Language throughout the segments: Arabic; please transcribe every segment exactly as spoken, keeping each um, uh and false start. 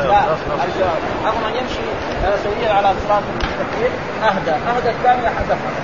لا الجواب أفمن يمشي سويا على صراط مستقيم أهدى أهدى الثانية حذفها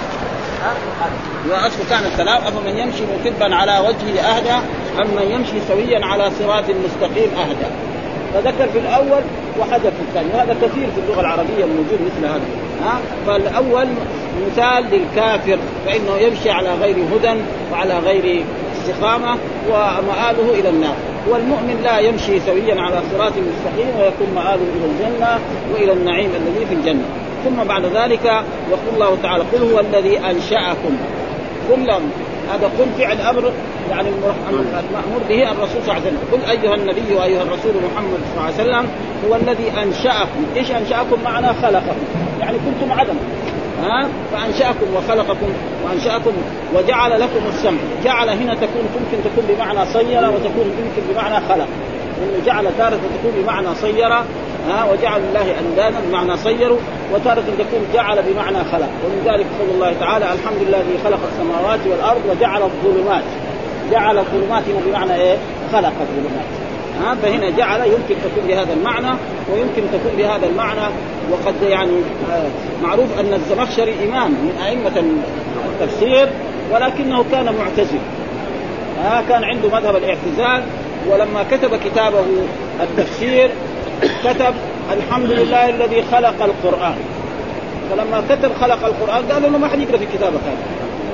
وأصل كان الكلام أفمن يمشي مكبا على وجهه أهدى أم من يمشي سويا على صراط مستقيم أهدى. فذكر في الأول وحذف في الثاني، وهذا كثير في اللغة العربية موجود مثل هذا. ها فالأول مثال للكافر فإنه يمشي على غير هدى وعلى غير استقامة ومآله إلى النار، والمؤمن لا يمشي سويا على صراط مستقيم ويكون مآله إلى الجنة وإلى النعيم الذي في الجنة. ثم بعد ذلك يقول الله تعالى قل هو الذي أنشأكم. كل هذا قل فعل أمر يعني المأمور به الرسول صلى الله عليه وسلم. قل أيها النبي وأيها الرسول محمد صلى الله عليه وسلم هو الذي أنشأكم. إيش أنشأكم؟ معنى خلقكم، يعني كنتم عدم ها فأنشأكم وخلقكم وأنشأكم وجعل لكم السمع. جعل هنا تكون ممكن تكون بمعنى صير وتكون ممكن بمعنى خلق، إنه جعل تارة تكون بمعنى صير ها وجعل الله أندادا بمعنى صيروا، وتارة تكون جعل بمعنى خلق. ومن ذلك قول الله تعالى الحمد لله الذي خلق السماوات والأرض وجعل الظلمات. جعل الظلمات بمعنى إيه؟ خلق الظلمات. ها فهنا جعل يمكن تكون بهذا المعنى ويمكن تكون بهذا المعنى. وقد يعني معروف أن الزمخشري إمام من أئمة التفسير ولكنه كان معتزل، ها كان عنده مذهب الاعتزال. ولما كتب كتابه التفسير كتب الحمد لله الذي خلق القرآن. فلما كتب خلق القرآن قالوا له ما حد يقرأ في كتابك هذا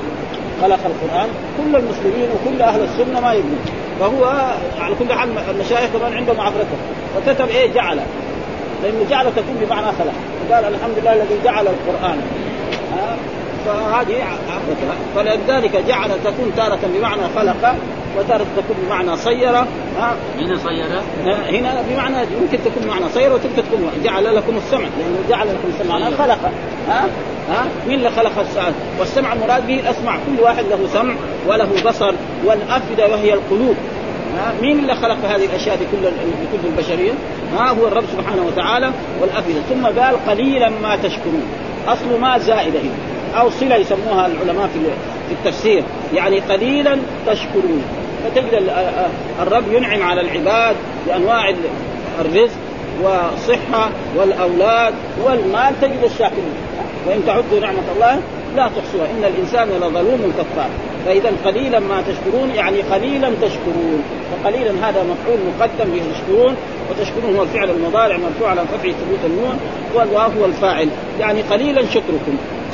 خلق القرآن، كل المسلمين وكل أهل السنة ما يقرأ. فهو على كل حال المشايخ كمان عندهم عبرته، فكتب إيه جعل، لأنه جعل تكون بمعنى خلق، قال الحمد لله الذي جعل القرآن. ها فهذه عبرتها. فلذلك جعل تكون تارة بمعنى خلق وتارة تكون بمعنى صيرة. ها هنا صيرة هنا بمعنى ممكن تكون بمعنى صيرة وتمكن تكون جعل لكم السمع، لأنه جعل لكم السمع معنى خلق. ها ها مين اللي خلق السمع؟ والسمع المراد به الأسمع، كل واحد له سمع وله بصر، والأفئدة وهي القلوب. ها مين اللي خلق هذه الأشياء بكل بكل البشرية؟ ها هو الرب سبحانه وتعالى والأفئدة. ثم قال قليلا ما تشكرون. أصل ما زائدة هنا أو صلة يسموها العلماء في التفسير، يعني قليلا تشكرون. فتجد الرب ينعم على العباد بأنواع الرزق والصحة والأولاد والمال، تجد الشاكرين. وإن تعدوا نعمة الله لا تحصوها إن الإنسان لظلوم كفار. فإذا قليلا ما تشكرون يعني قليلا تشكرون. فقليلا هذا مفعول مقدم به تشكرون، وتشكرون هو الفعل المضارع مرفوع على رفع ثبوت النون، والواو هو الفاعل، يعني قليلا شكركم.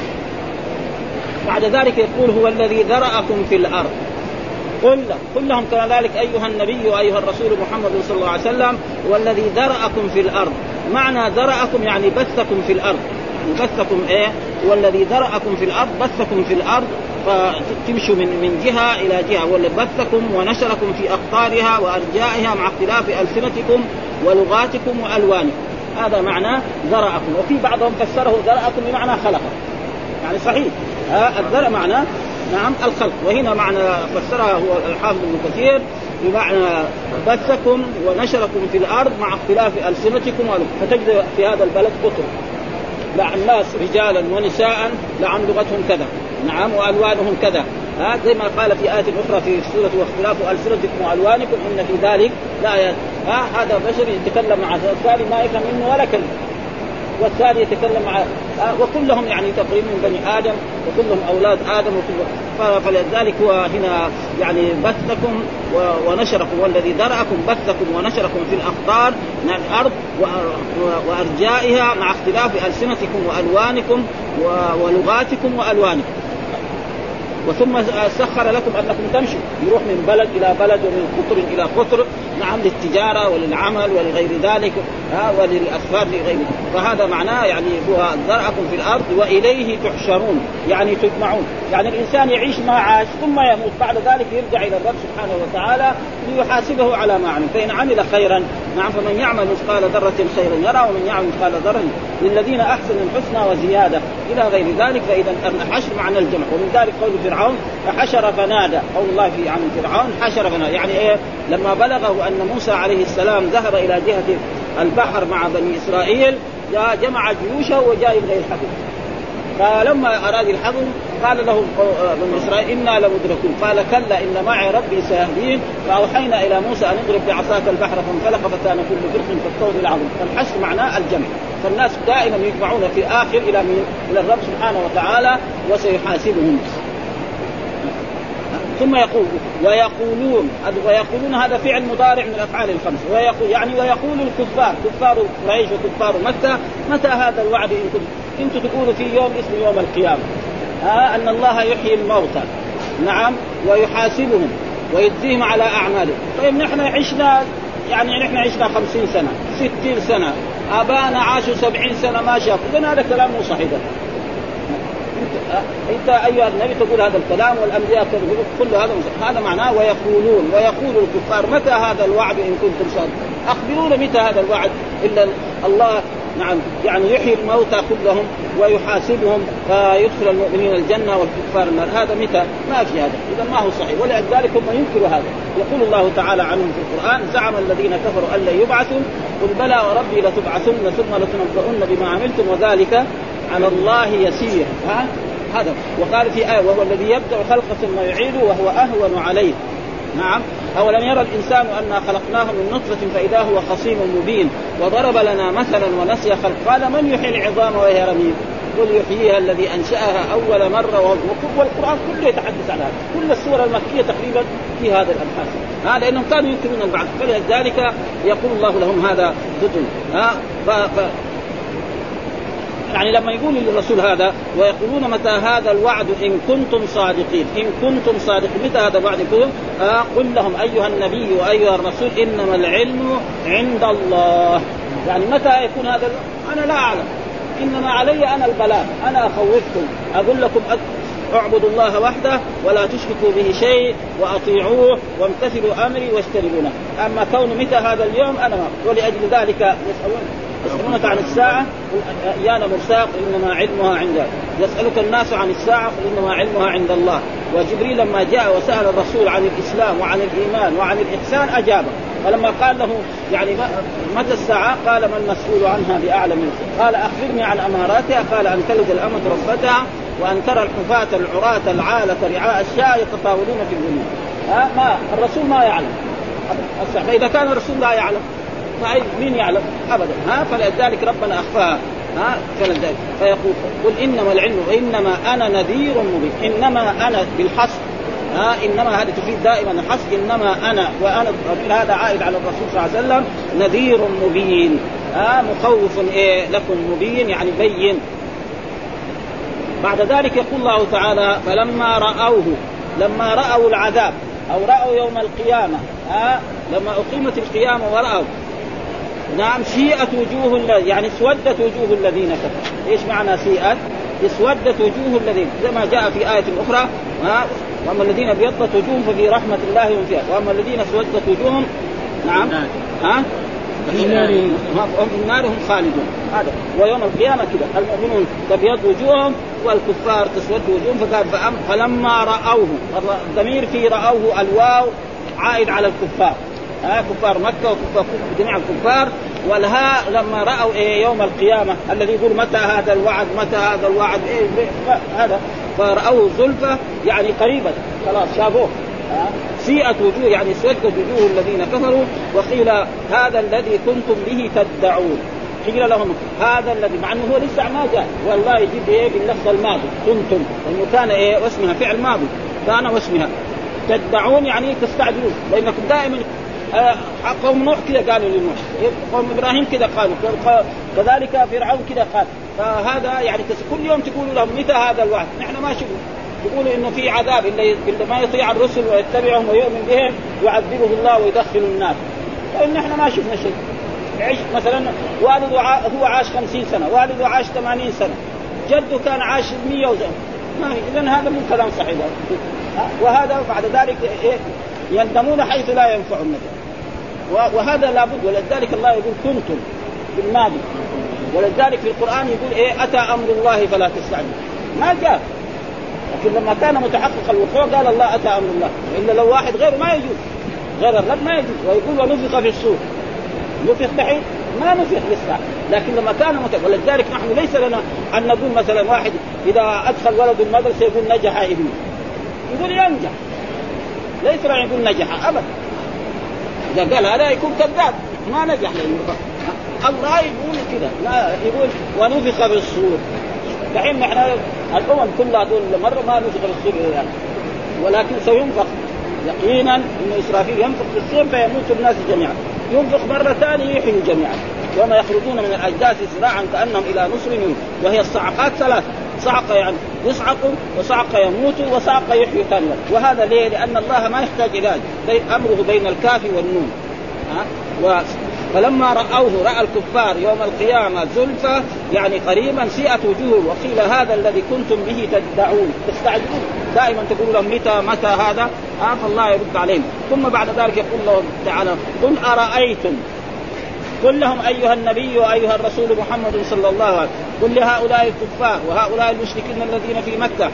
بعد ذلك يقول هو الذي ذرأكم في الأرض. قل قل لهم كذلك أيها النبي وأيها الرسول محمد صلى الله عليه وسلم هو الذي ذرأكم في الأرض. معنى ذرأكم يعني بثكم في الأرض، يعني بثكم إيه؟ هو الذي ذرأكم في الأرض، بثكم في الأرض فتمشوا من من جهة إلى جهة، والذي بثكم ونشركم في أقطارها وأرجائها مع اختلاف ألسنتكم ولغاتكم وألوانكم. هذا معنى ذرأكم. وفي بعضهم فسره ذرأكم بمعنى خلق، يعني صحيح ها الذرأ معنى نعم الخلق، وهنا معنى فسرها هو الحافظ ابن كثير بمعنى بثكم ونشركم في الأرض مع اختلاف ألسنتكم. فتجد في هذا البلد قطر لعن الناس رجالا ونساء لعن لغتهم كذا نعم وألوانهم كذا. ها زي ما قال في آية أخرى في سورة واختلاف ألسنتكم وألوانكم إن في ذلك لا. ها هذا بشر يتكلم مع الثاني ما يفهم منه ولا كلمة، والثاني يتكلم مع آه وكلهم يعني تقريبا من بني آدم وكلهم أولاد آدم وكل. فلذلك هو هنا يعني بثكم ونشركم، والذي ذرأكم بثكم ونشركم في الأقطار من الأرض وأرجائها مع اختلاف ألسنتكم وألوانكم ولغاتكم وألوانكم. وثم سخر لكم أنكم تمشوا، يروح من بلد إلى بلد ومن قطر إلى قطر نعم للتجارة وللعمل ولغير ذلك ها وللأسفار لغيره. فهذا معناه يعني هو ذرأكم في الأرض وإليه تحشرون، يعني تجمعون. يعني الإنسان يعيش ما عاش ثم يموت، بعد ذلك يرجع إلى الرب سبحانه وتعالى ليحاسبه على ما عمل. فإن عمل خيرا نعم فمن يعمل مثقال ذرة خيرا يرى ومن يعمل مثقال ذرة للذين أحسنوا الحسنى وزيادة إلى غير ذلك. فإذا الحشر معنى الجمع. ومن ذلك قول فرعون فحشر فنادى، قول الله في عن فرعون حشر فنادى، يعني إيه؟ لما بلغه أن موسى عليه السلام ذهب إلى جهة البحر مع بني إسرائيل جمع جيوشه وجاء إلى الحبل. فلما أراد الحبل قال له بنو إسرائيل إنا لمدركون قال كلا إن معي ربي سيهدين فأوحينا إلى موسى أن اضرب بعصاك البحر فانفلق فكان كل فرق كالطود العظيم. فالحشر معناه الجمع، فالناس دائما يجمعون في آخر إلى من إلى الرب سبحانه وتعالى وسيحاسبهم. ثم يقول ويقولون، ويقولون هذا فعل مضارع من الأفعال الخمس، ويقول يعني ويقول الكفار كفار قريش وكفار مكة متى هذا الوعد إن كنتم انتم تقولوا في يوم اسمه يوم القيامة آه أن الله يحيي الموتى نعم ويحاسبهم ويجزيهم على أعمالهم. طيب نحن عشنا يعني نحن عشنا خمسين سنة ستين سنة آبانا عاشوا سبعين سنة ما شافوا، إذن هذا كلام مو صحيح. انت ايها النبي تقول هذا الكلام والانبياء كل هذا هذا معناه ويقولون ويقول الكفار متى هذا الوعد ان كنتم صادقين، اخبرونا متى هذا الوعد الا الله نعم يعني يحيي الموتى كلهم ويحاسبهم فيدخل المؤمنين الجنه والكفار النار، هذا متى؟ ما في هذا، اذا ما هو صحيح. ولذلك هم ينكروا هذا. يقول الله تعالى عنهم في القران زعم الذين كفروا ان لن يبعثوا قل بلى وربي لتبعثن ثم لتنبؤن بما عملتم وذلك على الله يسير. ها هذا. وقال في آية وهو الذي يبدأ خلق ثم يعيده وهو أهون عليه. نعم أولم يرى الإنسان أنا خلقناه من نطفة فإذا هو خصيم مبين وضرب لنا مثلا ونسي خلق قال من يحيي العظام وهي رميم قل يحييها الذي أنشأها أول مرة. والقرآن كله يتحدث عن هذا، كل السورة المكية تقريبا في هذا الأبحاث هذا لأنهم كانوا ينكرون البعث، فلذلك يقول الله لهم هذا ضد. ها ف... ف... يعني لما يقول للرسول هذا ويقولون متى هذا الوعد إن كنتم صادقين، إن كنتم صادقين متى هذا الوعد يكون؟ آه قل لهم أيها النبي وأيها الرسول إنما العلم عند الله. يعني متى يكون هذا؟ أنا لا أعلم، إنما علي أنا البلاغ، أنا أخوفكم أقول لكم اعبدوا الله وحده ولا تشركوا به شيء وأطيعوه وامتثلوا أمري واجتنبونه. أما كون متى هذا اليوم أنا ما. ولأجل ذلك يسألون يسألونك عن الساعة أيان مرساق إنما علمها عند يسألك الناس عن الساعة إنما علمها عند الله. وجبريل لما جاء وسأل الرسول عن الإسلام وعن الإيمان وعن الإحسان أجابه، فلما قال له يعني متى الساعة قال ما المسؤول عنها بأعلم منك، قال أخبرني عن أماراتها قال أن تلد الأمة ربتها وأن ترى الحفاة العراة العالة رعاء الشاء يتطاولون في البنيان. ها ما الرسول ما يعلم، فإذا كان الرسول لا يعلم مين يعلم أبدا. ها فلذلك ربنا أخفاها. ها فلذلك فيقول قل إنما العلم وإنما أنا نذير مبين. إنما أنا بالحصر، ها إنما هذه تفيد دائما الحصر، إنما أنا وأنا هذا عائد على الرسول صلى الله عليه وسلم نذير مبين. ها مخوف إيه لكم مبين يعني بين. بعد ذلك يقول الله تعالى فلما رأوه لما رأوا العذاب أو رأوا يوم القيامة، ها لما أقيمت القيامة ورأوا نعم سيئت وجوه الذين يعني اسودت وجوه الذين كفروا. ايش معنى سيئت؟ اسودت وجوه الذين زي ما جاء في آية أخرى ها واما الذين ابيضت وجوههم ففي رحمة الله هم فيها واما الذين اسودت وجوههم نعم ها في النار هم خالدون. هذا ويوم القيامة كده المؤمنون تبيض وجوههم والكفار تسود وجوههم. فقال فلما رأوه الضمير في رأوه الواو عائد على الكفار، ها كفار مكة وكفار جميع الكفار، والها لما رأوا إيه يوم القيامة الذي يقول متى هذا الوعد متى هذا الوعد إيه هذا فرأوه زلفة يعني قريبا خلاص شافوه. سيئت وجوه يعني سودت وجوه الذين كفروا وقيل هذا الذي كنتم به تدعون. قيل لهم هذا الذي مع انه هو لسه ما جاء والله يجيب ايه باللفظ الماضي كنتم لانه كان ايه واسمها فعل ماضي كان واسمها تدعون يعني تستعجلون لانكم دائما آه قوم نوح كذا قالوا لنوح، قوم ابراهيم كذا قالوا كذلك فرعون كذا قال. فهذا يعني كل يوم تقولوا لهم متى هذا الوعد؟ نحن ما شفنا يقولوا انه في عذاب اللي ما يطيع الرسل ويتبعهم ويؤمن بهم يعذبه الله ويدخل الناس. فإن احنا ما شفنا شيء. عيش مثلا والده هو عاش خمسين سنة، والده عاش ثمانين سنة، جده كان عاش مية وزن. ما إذن هذا مو كلام صحيح. وهذا بعد ذلك إيه يندمون حيث لا ينفع الندم. وهذا لابد. ولذلك الله يقول كنتم بالماضي. ولذلك في القرآن يقول إيه أتى أمر الله فلا تستعجل. ما جاء، لكن لما كان متحقق الوقوع قال الله أتى أمر الله. إلا لو واحد غيره ما يجوز، غير الرب ما يجوز. ويقول ونفخ في الصور، نفخ دحين ما نفخ لسه، لكن لما كان متفق. ولذلك نحن ليس لنا أن نقول مثلا واحد إذا أدخل ولد المدرسة يقول نجح ابني، يقول ينجح، ليس لنا يقول نجح أبدا. إذا قال هذا يكون كذاب، ما نجح لأنه الله يقول كذا، لا يقول ونفخ بالصور. دحين نحن الأمم كلها دول مرة ما نفخ بالصور يعني. ولكن سينفخ يقينا إن إسرافيل ينفخ بالصور فيموت الناس جميعا، ينفخ مرة ثانية يحيوا جميعا، وما يخرجون من الأجداث سراعا كأنهم إلى نصر ينفخ. وهي الصعقات ثلاث، صعق يعني يصعق، وصعق يموت، وصعق يحيي ثانيا. وهذا ليه؟ لأن الله ما يحتاج علاج، أمره بين الكاف والنون. ها؟ و... فلما رأوه رأى الكفار يوم القيامة زلفى يعني قريبا سيئت وجوههم وقيل هذا الذي كنتم به تدعون. تستعجلون دائما تقول لهم متى متى هذا، آه فالله يرد عليهم. ثم بعد ذلك يقول لهم تعالى قل أرأيتم، قل لهم أيها النبي وأيها الرسول محمد صلى الله عليه وسلم، قل لهؤلاء الكفار وهؤلاء المشركين الذين في مكة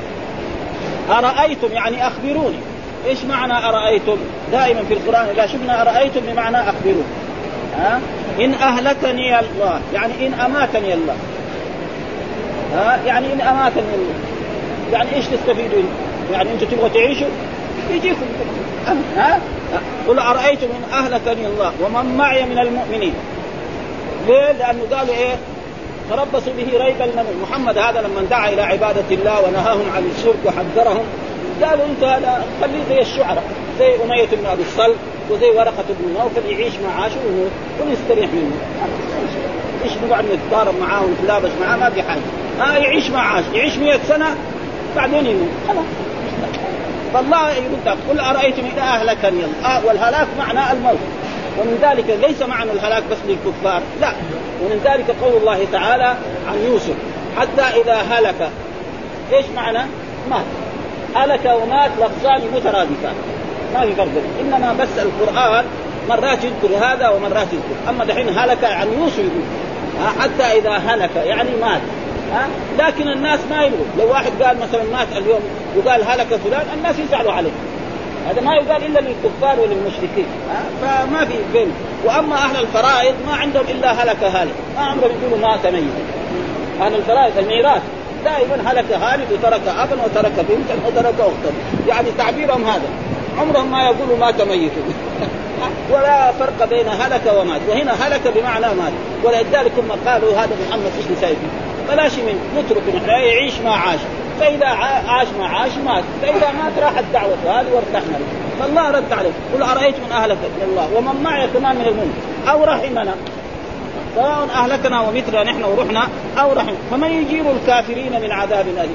أرأيتم يعني أخبروني. إيش معنى أرأيتم؟ دائما في القرآن إذا شفنا أرأيتم بمعنى أخبروني. ها؟ إن أهلكني الله يعني إن أماتني الله، ها؟ يعني إن أماتني الله يعني إيش تستفيدون؟ يعني أنتم تبغوا تعيشوا يجيكم. ها؟ قل أرأيتم إن أهلكني الله ومن معي من المؤمنين. ليه؟ لأنه قالوا إيه؟ تربصوا به ريب المنون. محمد هذا لما دعا إلى عبادة الله ونهاهم عن الشرك وحذرهم قالوا أنت هذا خليه زي الشعراء، زي أمية بن أبي الصلت وزي ورقة بن نوفل يعيش مع عاشو ونستريح منه. إيش نقعد نتضارب معاه ونتلابس معاه؟ ما في حاجة. آه يعيش مع عاش يعيش مئة سنة بعدين يموت خلاص. فالله يقول قل أرأيتم إذا أهلكني الله. والهلاك معنى الموت، ومن ذلك ليس معنى الهلاك بس للكفار، لا، ومن ذلك قول الله تعالى عن يوسف حتى إذا هلك. إيش معنى؟ مات. هلك ومات لفظان مترادفان ما في فرق، إنما بس القرآن مرات يذكر هذا ومرات يذكر. أما دحين هلك عن يوسف يقول حتى إذا هلك يعني مات. ها؟ لكن الناس ما يقول، لو واحد قال مثلا مات اليوم وقال هلك فلان الناس يزعلوا عليه، هذا ما يقال إلا للكفار وللمشركين. ها؟ فما في بين. وأما أهل الفرائض ما عندهم إلا هلك هالك، ما عمرهم يقولوا ما تميز. أهل الفرائض الميراث دائما هلك هالك وترك أبا وترك بنتا وترك أختا، يعني تعبيرهم هذا، عمرهم ما يقولوا ما تميتوا. ولا فرق بين هلك ومات، وهنا هلك بمعنى مات. ولذلك هم قالوا هذا محمد إيش نسايبه بلاش من نترك نحن يعيش ما عاش، فإذا عاش ما عاش مات، فإذا مات راحت دعوته هذه وارتحنا. فالله رد عليه قل أرأيت من أهلك الله ومن معي كمان من المؤمنين أو رحمنا، سواء أهلكنا ومثلنا نحن ورحنا أو رحم، فمن يجير الكافرين من عذاب أليم.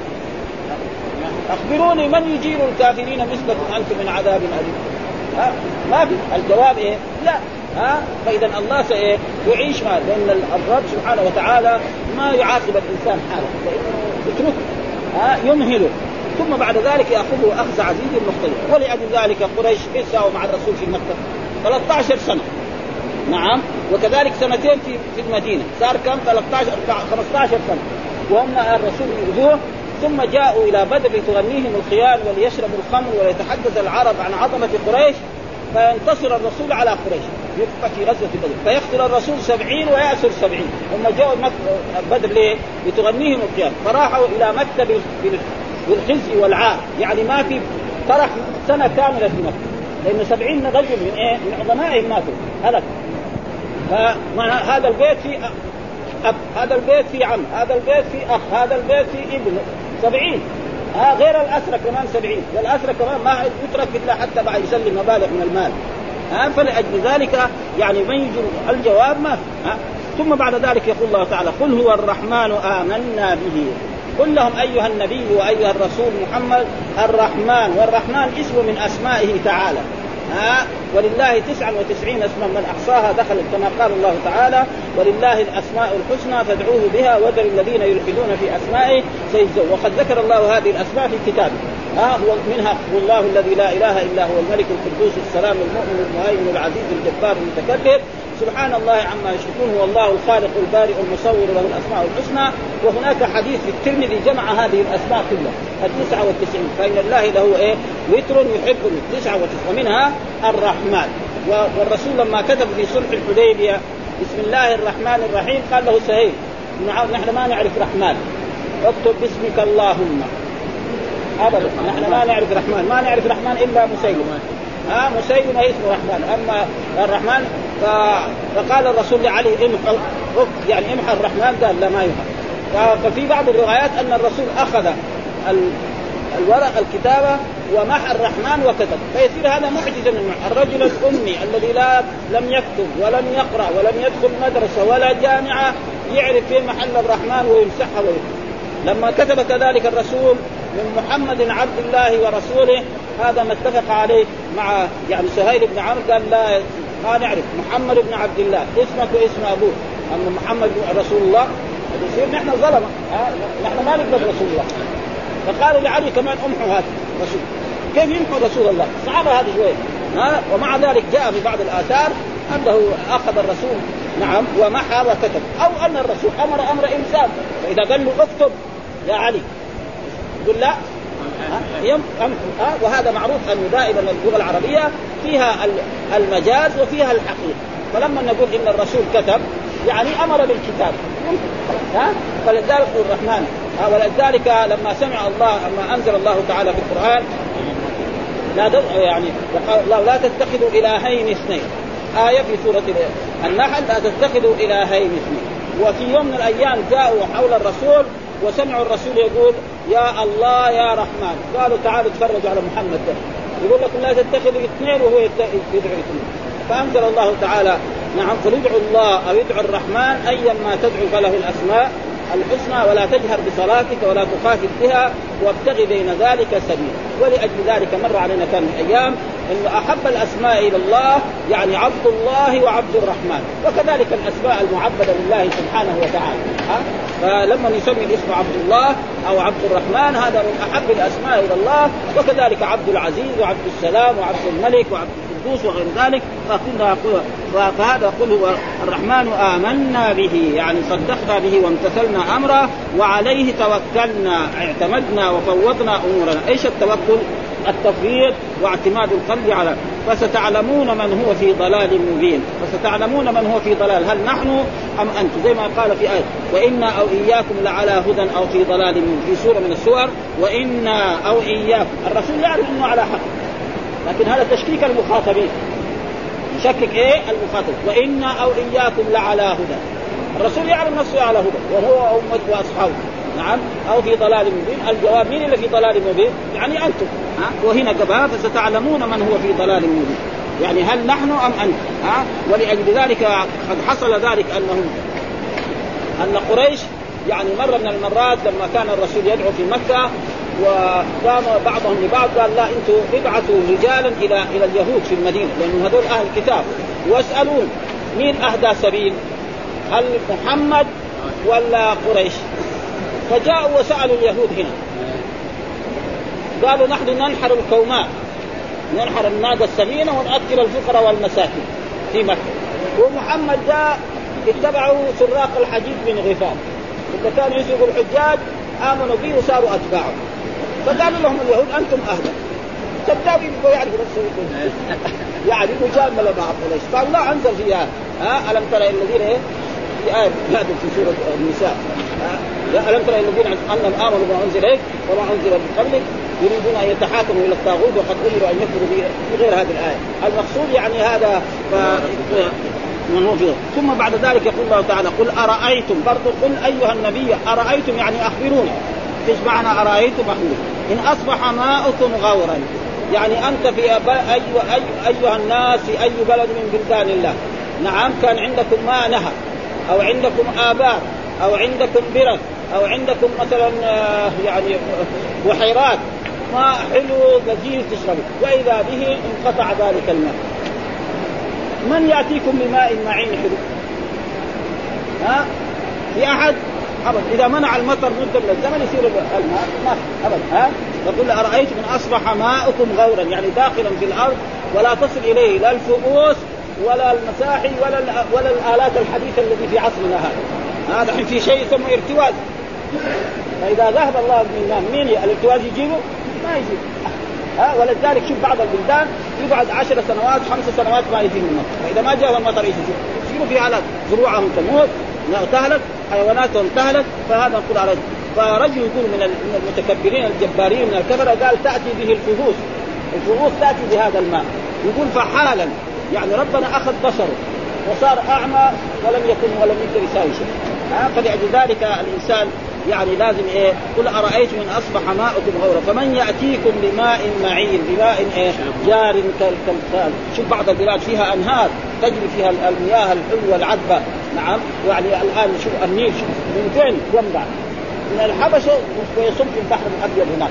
أخبروني من يجير الكافرين مثلكم أنتم من عذاب أليم. ها؟ ما في الجواب إيه؟ لا. ها؟ فإذا الله سإيه يعيش ما، لأن الرب سبحانه وتعالى ما يعاقب الإنسان حاله، لأنه يتركه ها يمهله، ثم بعد ذلك يأخذه أخذ عزيز مختلف. ولأجل ذلك قريش إيش ساووا مع الرسول في مكة؟ ثلاثة عشر سنة، نعم، وكذلك سنتين في في المدينة، صار كم؟ ثلاثة عشر خمسة عشر سنة وهم الرسول يؤذوه. ثم جاءوا إلى بدر لتغنيهم الخيال وليشربوا الخمر وليتحدث العرب عن عظمة قريش، فينتصر الرسول على قريش يبقى في غزوة بدر، فيقتل الرسول سبعين ويأسر سبعين. هم جاءوا بدر ليه؟ لتغنيهم الخيال، فراحوا إلى مكة بالخزي والعار، يعني ما في طرح سنة كاملة في مكة، لأن سبعين رجل من إيه؟ من عظمائهم ماتوا هلك. فمع هذا البيت في أب، هذا البيت في عم، هذا البيت في أخ، هذا البيت في ابن، سبعين. ها غير الأسرة كمان سبعين، والأسرة كمان ما يترك إلا حتى بعد يسلم مبالغ من المال. ها فلأجل ذلك يعني من يجي الجواب ما في. ها ثم بعد ذلك يقول الله تعالى قل هو الرحمن آمنا به. قل لهم أيها النبي وأيها الرسول محمد الرحمن، والرحمن اسم من أسمائه تعالى. ها ولله تسعة وتسعين اسما من أحصاها دخل، كما قال الله تعالى ولله الأسماء الحسنى فادعوه بها وذروا الذين يلحدون في أسمائه سيجزون. وقد ذكر الله هذه الأسماء في كتابه. ها هو منها هو الله الذي لا إله إلا هو الملك القدوس السلام المؤمن المهيمن العزيز الجبار المتكبر سبحان الله عما يشركون، هو الله الخالق البارئ المصور له الأسماء الحسنى. وهناك حديث في الترمذي جمع هذه الأسماء كلها التسعة والتسعين، فإن الله له إيه وتر يحب التسعة والتسعين ومنها الرحمن. والرسول لما كتب في صلح الحديبية بسم الله الرحمن الرحيم، قال له سهيل نحن ما نعرف رحمن، اكتب باسمك اللهم. أبدا نحن ما نعرف رحمن، ما نعرف رحمن إلا مسيلمة. ها مسيلمة اسمه رحمن، أما الرحمن ف... فقال الرسول لعلي امحو، يعني امحى الرحمن، قال لا ما يمحى. ففي بعض الروايات أن الرسول أخذ ال... الورق الكتابة ومحى الرحمن وكتب، فيصير هذا معجزة من الرجل الأمي الذي لا لم يكتب ولم يقرأ ولم يدخل مدرسة ولا جامعة يعرف في محل الرحمن ويمسحها ويكتب. لما كتب كذلك الرسول من محمد عبد الله ورسوله، هذا ما اتفق عليه مع يعني سهيل بن عمرو، قال لا ما نعرف محمد بن عبد الله اسمك واسم أبوه، أما محمد رسول الله يصير نحن ظلمة، نحن ما نقبل رسول الله. فقالوا لعلي كمان امحوا هذا رسول، كيف يمحوا رسول الله؟ صعب هذا شوية. ها ومع ذلك جاء في بعض الآثار أنه أخذ الرسول نعم ومحى وكتب، أو أن الرسول أمر أمر إنسان، فإذا قال له اكتب يا علي يقول لا يم أمحو. وهذا معروف أن دائما اللغة العربية فيها المجاز وفيها الحقيقة، فلما نقول إن الرسول كتب يعني أمر بالكتاب، ها فلذلك الرحمن. ولذلك لما سمع الله لما أنزل الله تعالى في القرآن لا يعني الله لا تتخذوا إلهين اثنين، آية في سورة النحل لا تتخذوا إلهين اثنين. وفي يوم من الأيام جاءوا حول الرسول وسمعوا الرسول يقول يا الله يا رحمن، قالوا تعالوا تفرجوا على محمد ده يقول لكم لا تتخذوا اثنين وهو يدعو اثنين. فأنزل الله تعالى نعم قل ادعوا الله أو ادعوا الرحمن أيا ما تدعو فله الأسماء الحسنى ولا تجهر بصلاتك ولا تخافت بها وابتغي بين ذلك سبيل. ولأجل ذلك مر علينا كان من أيام أن أحب الأسماء إلى الله يعني عبد الله وعبد الرحمن، وكذلك الأسماء المعبدة لله سبحانه وتعالى. ها؟ فلما نسمي الاسم عبد الله أو عبد الرحمن هذا من أحب الأسماء إلى الله، وكذلك عبد العزيز وعبد السلام وعبد الملك وعبد القدوس وغير ذلك. فكنا فهذا قل هو الرحمن آمنا به يعني صدقنا به وامتثلنا أمره وعليه توكلنا اعتمدنا وفوضنا أمورنا. إيش التوكل؟ التفويض واعتماد القلب على. فستعلمون من هو في ضلال مبين، فستعلمون من هو في ضلال، هل نحن أم أنتم؟ زي ما قال في آية وإنا أو إياكم لعلى هدى أو في ضلال مبين في سورة من السور. وإنا أو إياكم، الرسول يعرف أنه على حق، لكن هذا تشكيك المخاطبين، شكك إيه المخاطب. وإنا أو إياكم لعلى هدى، الرسول يعلم نفسه على هدى وهو أمته وأصحابه نعم أو في ضلال مبين. الجواب مين اللي في ضلال مبين؟ يعني أنتم. ها وهنا قبها فستعلمون من هو في ضلال مبين، يعني هل نحن أم أنتم. ها ولأجل ذلك قد حصل ذلك أنهم أن قريش يعني مرة من المرات لما كان الرسول يدعو في مكة وقام بعضهم لبعض قال لا انتم ابعثوا رجالا الى الى اليهود في المدينه لانهم هذول اهل الكتاب واسالون مين اهدى سبيل، هل محمد ولا قريش؟ فجاءوا وسالوا اليهود هنا قالوا نحن ننحر الكوماء ننحر الناقه السمينه ونأكل الفقراء والمساكين في مكه، ومحمد جاء اتبعوا سراق الحديد من غفار إذا كانوا يسرقوا الحجاج آمنوا به وصاروا أتباعه. فقالوا لهم اليهود أنتم أهدى. كذابين يعرفوا نفسهم يعني مجاملة مع قريش. فالله أنزل فيها ها ألم ترى الذين إيه في آية هذه في سورة النساء ألم ترى الذين أنهم آمنوا بما أنزل إليك وما أنزل من قبلك يريدون أن يتحاكموا إلى الطاغوت وقد أمروا أن يكفروا به غير هذه الآية. المقصود يعني هذا من هو فيه. ثم بعد ذلك يقول الله تعالى قل أرأيتم، برضو قل أيها النبي أرأيتم يعني أخبروني. إيش معنى أرأيتم؟ أخبروني. إن أصبح ماؤكم غورا يعني أنت في أي أي أيها الناس في أي بلد من بلدان الله نعم كان عندكم ماء نهر أو عندكم آبار أو عندكم برك أو عندكم مثلا يعني بحيرات ماء حلو لذيذ تشربوا وإذا به انقطع ذلك الماء، من يأتيكم بماء معين حلو؟ ها في أحد؟ أبدا. إذا منع المطر مدة من الزمن يصير الماء ما أبدا. ها يقول أرأيتم من أصبح ماؤكم غورا يعني داخلا في الأرض ولا تصل إليه لا الفؤوس ولا المساحي ولا ولا الآلات الحديثة التي في عصرنا هذا. هذا الحين في شيء يسمى ارتواز، فإذا ذهب الله من مين الارتواز يجيبه؟ ما يجيب. ها ولذلك شوف بعض البلدان يقعد عشر سنوات خمس سنوات ما يجي المطر، فإذا ما جاء المطر يجي يصيروا في هلاك، زروعهم تموت تهلك، حيواناتهم تهلك، فهذا نقول على. فرجل يقول من المتكبرين الجبارين من الكفرة قال تأتي به الفهوس، الفهوس تأتي بهذا الماء. يقول فحالا يعني ربنا أخذ بصره وصار أعمى ولم يكن ولم يقدر يساوي شيء. فلذلك الإنسان يعني لازم إيه؟ قل أرأيت من أصبح ماؤكم غورا فمن يأتيكم بماء معين، بماء إيه؟ جار كالكال. شوف بعض البلاد فيها أنهار تجري فيها المياه الحلوة العذبة، نعم، يعني الآن شوف النيل شوف من فين ينبع من الحبشة ويصب في البحر الأبيض هناك،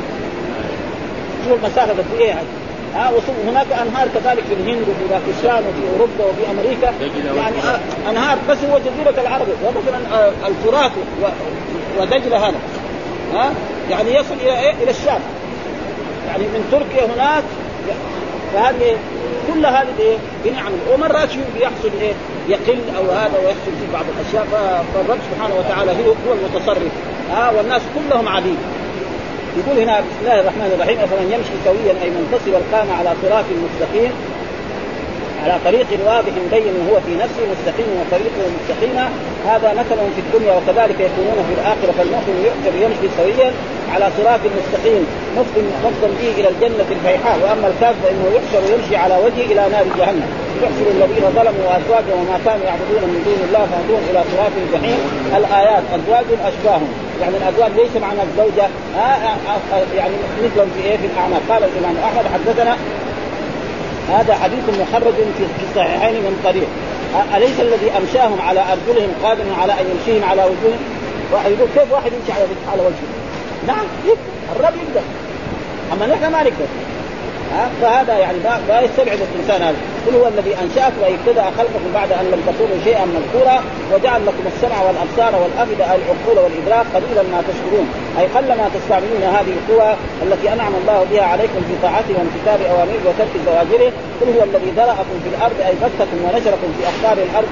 شوف المسافة قد إيه هذه. ها وهناك أنهار كذلك في الهند وفي باكستان وفي أوروبا وفي أمريكا، يعني أنهار بس هو جزيرة العرب، ومثلا الفرات ودجلة هذا ها يعني يصل إلى إيه؟ إلى الشام، يعني من تركيا هناك. فهذه كل هذه إيه بنعم، ومرات يحصل إيه يقل أو هذا ويحصل في بعض الأشياء. فالرب سبحانه وتعالى هو المتصرف، ها والناس كلهم عبيد. يقول هنا بسم الله الرحمن الرحيم فمن يمشي سويا أي منتصب القامة على صراط مستقيم على طريق واضح بين هو في نفسه مستقيم وطريقه مستقيمة، هذا مثل في الدنيا وكذلك يكونون في الآخرة. فالمؤمن يؤثر يمشي سويا على صراط مستقيم مفضل به إلى الجنة الفيحاء، وأما الكافر فإنه يحشر يمشي على وجهه إلى نار جهنم. يحشر الذين ظلموا وأزواجهم وما كانوا يعبدون من دون الله فهدون إلى صراط الجحيم. الآيات أزواج أشباههم، يعني الأزواج ليس معنى الزوجة يعني مثلهم في إيه في الأعمال. قال الإمام أحمد حدثنا هذا حديث مخرج في الصحيحين من طريق أليس الذي أمشاهم على أرجلهم قادر على أن يمشيهم على وجوههم. واحد يقول كيف واحد يمشي على على وجهه؟ نعم الرب يقدر، أما نحن ما نقدر. فهذا يعني لا يستبعد الإنسان هذا. قل هو الذي أنشأكم وابتدأ خلقكم بعد أن لم تكونوا شيئا مذكورا وجعل لكم السمع والأبصار والأفئدة العقول والإدراك قليلا ما تشكرون، أي قل ما تستعملون هذه القوى التي أنعم الله بها عليكم في طاعته وامتثال أوامره وترك زواجره. قل هو الذي ذرأكم في الأرض أي بثكم ونشركم في أقطار الأرض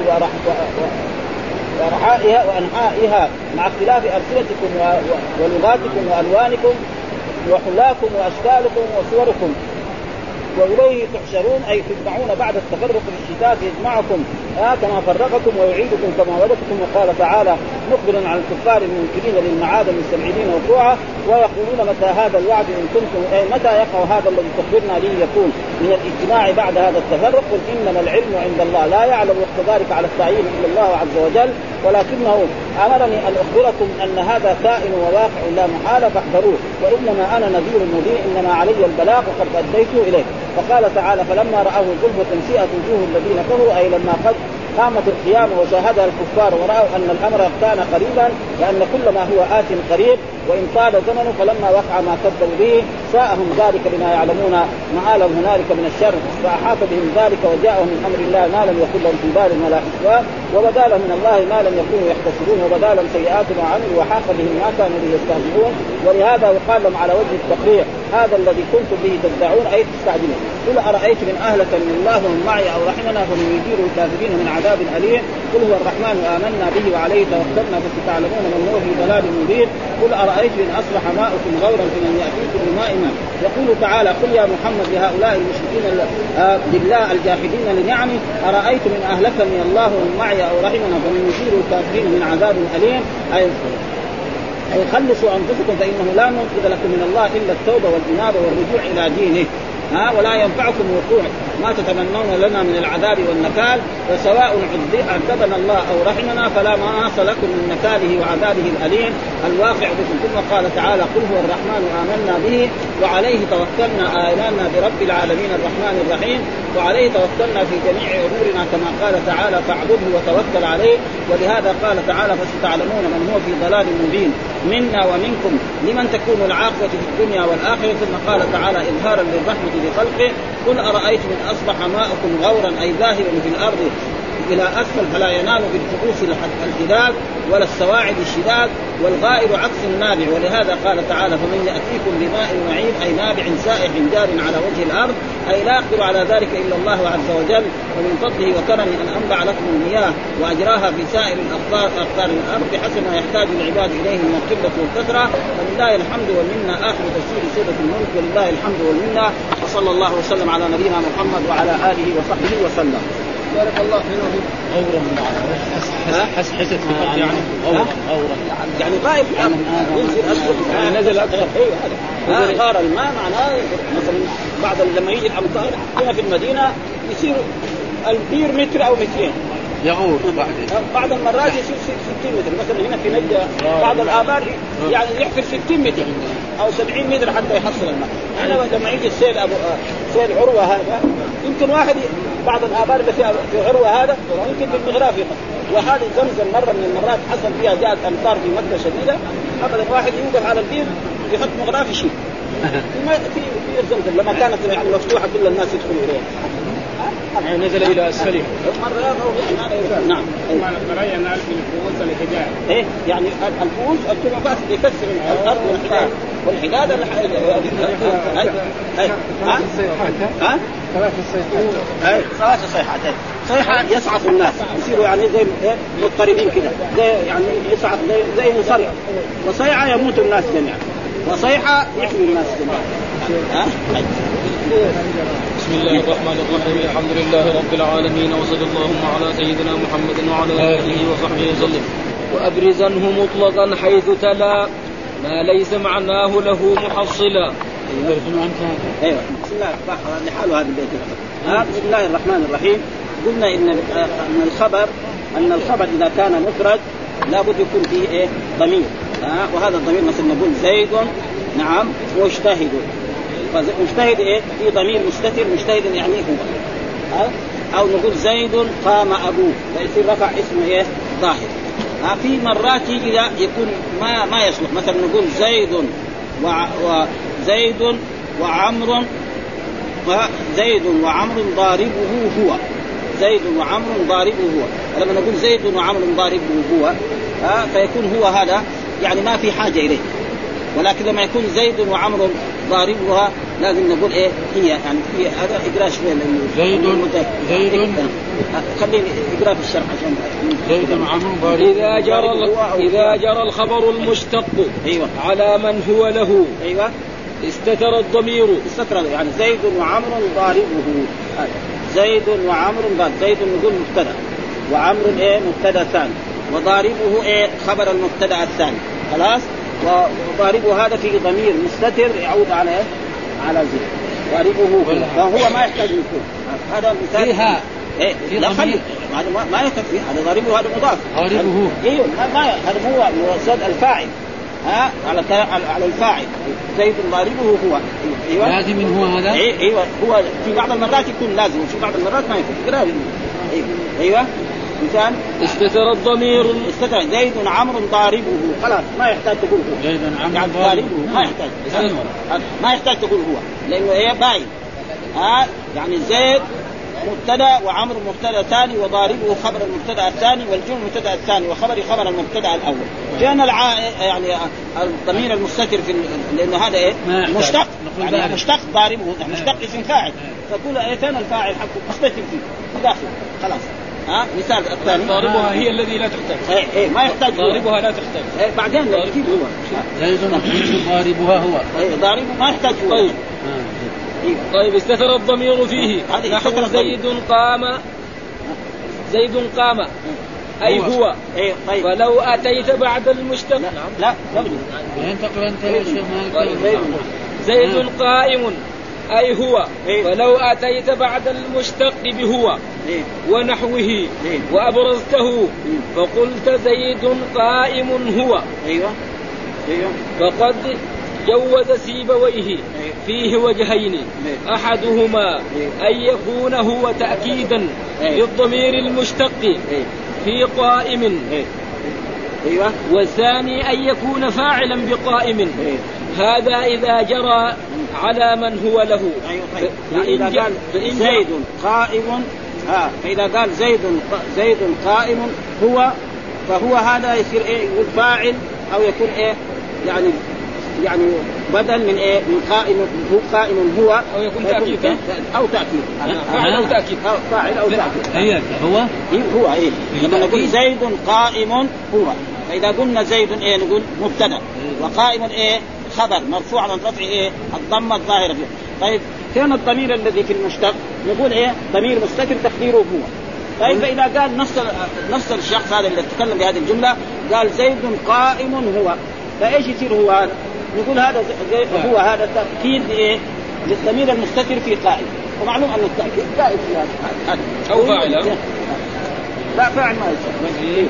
وأرحائها وأنحائها مع اختلاف ألسنتكم ولغاتكم وألوانكم وحلاكم وأشكالكم وصوركم، وإليه تحشرون أي تجمعون بعد التفرق في الشتاء يجمعكم آه كما فرقكم ويعيدكم كما ولدكم. وقال تعالى مخبرا عن الكفار المنكرين للمعاد المستبعدين وقوعا ويقولون متى هذا الوعد إن كنتم أي متى يقع هذا الذي تخبرنا به يكون من الاجتماع بعد هذا التفرق. قل إنما العلم عند الله لا يعلم وقت ذلك على التعيين إلا الله عز وجل، ولكنه أمرني أن أخبركم أن هذا كائن وواقع لا محالة فاحذروه، وإنما أنا نذير مبين إنما علي البلاغ وقد أديته إليه. فقال تعالى فلما رأوه زلفة سيئت وجوه الذين كفروا أي لما قد قامت القيامة وشاهدها الكفار ورأوا أن الأمر كان قريبا لأن كل ما هو آت قريب وإن طال زمنه فلما وقع ما كذبوا به ساءهم ذلك بما يعلمون مآلهم هنالك من الشر فأحاط بهم ذلك وجاءهم من أمر الله ما لم يكن لهم في بال ولا حسبان وبدا لهم من الله ما لم يكونوا يحتسبون وبدا لهم سيئات ما عملوا وحاق بهم ما كانوا به يستهزئون. ولهذا يقال لهم على وجه التقريع هذا الذي كنتم به تدعون أي تستعجلون. قل أرأيت من أهلك من الله ومن معي أو رحمنا فمن يجير الكافرين من عذاب أليم. قل هو الرحمن آمنا به وعليه توكلنا فستعلمون من هو في ضلال مبين. قل أرأيت إن أصبح ماؤكم غورا فمن يأتيكم بماء ماء. يقول تعالى قل يا محمد لهؤلاء المشركين بالله الجاحدين لنعمه أرأيت من أهلك من الله ومن معي أو رحمنا فمن يجير الكافرين من عذاب أليم أي أي خلصوا أنفسكم فإنه لا منقذ لكم من الله إلا التوبة والإنابة والرجوع إلى دينه ها ولا ينفعكم وقوع ما تتمنون لنا من العذاب والنكال وسواء عذبنا الله أو رحمنا فلا مناص لكم من نكاله وعذابه الأليم الواقع بكم. ثم قال تعالى قل هو الرحمن آمنا به وعليه توكلنا آمنا برب العالمين الرحمن الرحيم وعليه توكلنا في جميع أمورنا كما قال تعالى فاعبده وتوكل عليه. ولهذا قال تعالى فستعلمون من هو في ضلال مبين منا ومنكم لمن تكون العاقبة في الدنيا والآخرة. ثم قال تعالى إظهارا للرحمة لخلقه قل أرأيت من أصبح ماؤكم غورا أي ذاهبا في الأرض إلى أسفل فلا ينال بالفؤوس الحداد ولا السواعد الشداد والغائب عكس النابع. ولهذا قال تعالى فمن يأتيكم بماء معين أي نابع سائح جار على وجه الأرض أي لا يقدر على ذلك إلا الله عز وجل ومن فضله وكرمه أن أنبع لكم المياه وأجراها في سائر الأقطار أقطار الأرض بحسب ما يحتاج العباد إليه من القلة والكثرة. فلله الحمد والمنة. آخر تفسير سورة الملك ولله الحمد والمنة وصلى الله وسلم على نبينا محمد وعلى آله وصحبه وسلم. بارك الله فينا. غورا حس حست في يعني غورا غورا يعني غائب ينزل أسود يعني نزل أكثر. أيوة هذا غار الماء معناه مثلا بعد لما يجي الأمطار هنا في المدينة يصير البير متر أو مترين يغور بعدين بعض المرات يصير ستين متر. مثلا هنا في نجدة بعض الآبار يعني يحفر ستين متر أو سبعين متر حتى يحصل الماء. هنا لما يجي السيل أبو سيل عروة هذا يمكن واحد بعض الآبار اللي في عروة هذا يمكن بالمغراف يحصل. وهذه زمزم مرة من المرات حصل فيها جاءت أمطار في مدة شديدة أبدا واحد يوقف على البير يحط مغراف يشيل في في زمزم لما كانت يعني مفتوحة كل الناس يدخلوا إليها يعني نزل إلى أسفله مرة نعم. مرايا نال في الفوز الحجاب إيه يعني الفوز الكربات يكسر الأرض والحجاب والحجاب ها ها ها ثلاث صيحات ثلاث صيحات صيحة يصعق الناس يصيروا يعني زي مضطربين كده زي يعني يصعق زي زي مصرع. وصيحة يموت الناس جميعا وصيحة يحمي الناس جميعا. ها بسم الله الرحمن الرحيم الحمد لله رب العالمين وصلى اللهم على سيدنا محمد وعلى آله وصحبه وسلم. وأبرزنه مطلقا حيث تلا ما ليس معناه له محصلا. ايوه بسم الله لحاله هذا البيت. بسم الله الرحمن الرحيم. قلنا ان ان الخبر ان الخبر اذا كان مفرد لابد يكون فيه ايه ضمير. ها وهذا الضمير مثلا نقول زيد نعم مجتهد. مجتهد ايه في ضمير مستتر مجتهد يعني هو. ها او نقول زيد قام ابوه فيصير رفع اسمه ايه ظاهر. ها في مرات يجي يكون ما ما يصلح مثلا نقول زيد وزيد وعمر وزيد وعمر ضاربه هو. زيد وعمر ضاربه هو. لما نقول زيد وعمر ضاربه هو ها فيكون هو هذا يعني ما في حاجة إليه. ولكن لما يكون زيد وعمر ضاربها لازم نقول ايه هي يعني في هذا اقرا شويه زيد زيد خليني اقرا في الشرح عشان زيد وعمر ضارب. اذا جرى اذا جرى الخبر المشتق أيوة. على من هو له ايوه استتر الضمير استتر يعني زيد وعمر ضاربه. زيد وعمر ضارب. زيد نقول مبتدا وعمر ايه مبتدا ثاني وضاربه ايه خبر المبتدا الثاني خلاص. وضاربه هذا في ضمير مستتر يعود على إيه؟ على زيد ضاربه فهو ما يحتاج يكون هذا مثال فيها إيه؟ لا خلي هذا ما, ما يحتاج فيه هذا ضاربه هذا مضاف ضاربه ايوه ما هذا هو مرصد الفاعل ها على على الفاعل زيد ضاربه هو ايوه لازم هو هذا إيه ايوه هو في بعض المرات يكون لازم وفي بعض المرات ما يكون ايوه ايوه مثال استتر الضمير استتر زيد عمرو ضاربه خلاص ما يحتاج تقول هو زيد عمرو يعني ضاربه ما يحتاج ما يحتاج تقول هو لانه ايه باين ها يعني زيد مبتدا وعمرو مبتدا ثاني وضاربه خبر المبتدا الثاني والجمله المبتدا الثاني وخبر خبر المبتدا الاول. جاءنا الع... يعني الضمير المستتر في لانه هذا ايه مشتق يعني مشتق ضاربه مشتق اسم فاعل فتقول ايه ثاني الفاعل حقه مستتر فيه داخل خلاص. ها مثال الثاني ضاربها هي الذي لا تحتاج ايه ايه ما يحتاج ضاربها لا تحتاج ايه بعدين اكيد هو زيد ضاربها هو ايه ضاربه ما يحتاج هو. طيب طيب استتر الضمير فيه نحو زيد قام زيد قام أي هو إيه طيب. فلو أتيت بعد المشتق لا لا وين تقرأ أنت يا شيخ مالك زيد قائم أي هو إيه؟ فلو أتيت بعد المشتق بهو إيه؟ ونحوه إيه؟ وأبرزته إيه؟ فقلت زيد قائم هو أيوة أيوة فقد جوز سيبويه إيه؟ فيه وجهين إيه؟ أحدهما إيه؟ أن يكون هو تأكيدا إيه؟ للضمير المشتق إيه؟ في قائم إيه؟ أيوة والثاني أن يكون فاعلا بقائم. إيه؟ هذا إذا جرى على من هو له. أيوة طيب. يعني إذا قال زيد قائم ها فإذا قال زيد زيد قائم هو فهو هذا يصير إيه يقول فاعل أو يكون إيه يعني يعني بدل من إيه من قائم هو قائم هو أو يكون تأكيد أو تأكيد فاعل أو تأكيد أو فاعل أو تأكيد هي هو هو إيه لما نقول زيد قائم هو فإذا قلنا زيد إيه نقول مبتدأ وقائم إيه خبر مرفوع عن رفع ايه الضمه الظاهره فيه. طيب فين الضمير الذي في المشتق؟ نقول ايه ضمير مستتر تقديره هو طيب فإذا قال نفس نفس الشخص هذا اللي تكلم بهذه الجملة قال زيد قائم هو، فإيش يصير هو هذا؟ نقول هذا هو هذا تأكيد إيه للضمير المستتر في قائم، ومعلوم أن التأكيد قائم في هذا أو فاعل. لا فاعل ما يصير.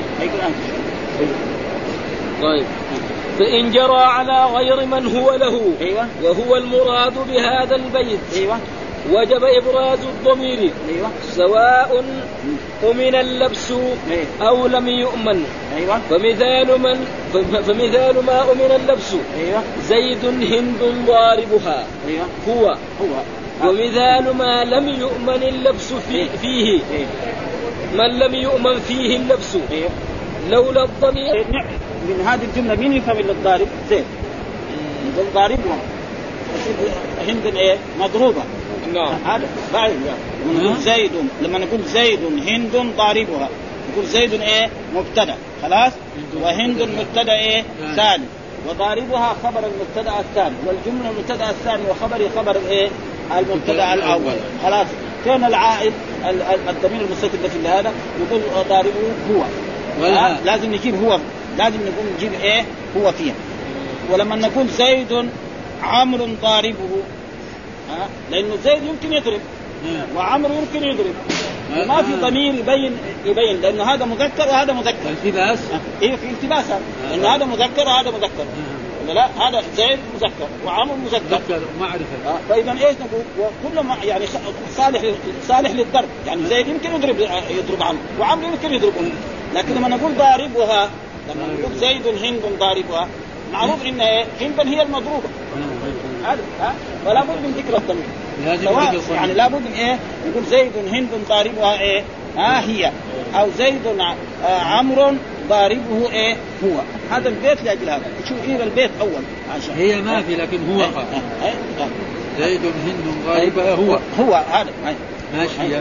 طيب فإن جرى على غير من هو له أيوة. وهو المراد بهذا البيت أيوة. وجب إبراز الضمير أيوة. سواء أمن اللبس أو لم يؤمن. أيوة. فمثال من فمثال ما أمن اللبس أيوة. زيد هند ضاربها أيوة. هو هو. ومثال ما لم يؤمن اللبس في فيه من لم يؤمن فيه اللبس لولا الضمير. من هذه الجملة مين يفهم إلا الضارب؟ زيد ضاربها هند ايه مضروبة. نعم. هذا بعد لما نقول زيد لما نقول زيد هند ضاربها نقول زيد ايه مبتدأ خلاص وهند مبتدأ ايه ثاني وضاربها خبر المبتدأ الثاني والجملة المبتدأ الثاني وخبر خبر ايه المبتدأ الأول خلاص. كان العائد الضمير المستتر في هذا نقول ضاربه هو آه لازم نجيب هو لازم نقول نجيب ايه هو فيها. ولما نقول زيد عمرو ضاربه ها لانه زيد يمكن يضرب وعمرو يمكن يضرب ما في ضمير يبين يبين لانه هذا مذكر وهذا مذكر التباس ايه في التباس لانه هذا مذكر وهذا مذكر ولا لا هذا زيد مذكر وعمرو مذكر معرفه. فاذا ايش نقول وكل ما يعني صالح صالح للضرب يعني زيد يمكن يضرب يضرب عمرو وعمرو يمكن يضربه. لكن لما نقول ضاربها لما نقول زيد هند ضاربها معروف ان هند هي المضروبه هذا ها ولا بد من ذكر الضمير يعني لا بد من ايه نقول زيد هند ضاربها ايه ها هي او زيد عمرو ضاربه ايه هو. هذا البيت لاجل هذا شو ايه البيت اول عشان هي ما في لكن هو اه اه اه زيد هند ضاربها هو هو هذا ماشي.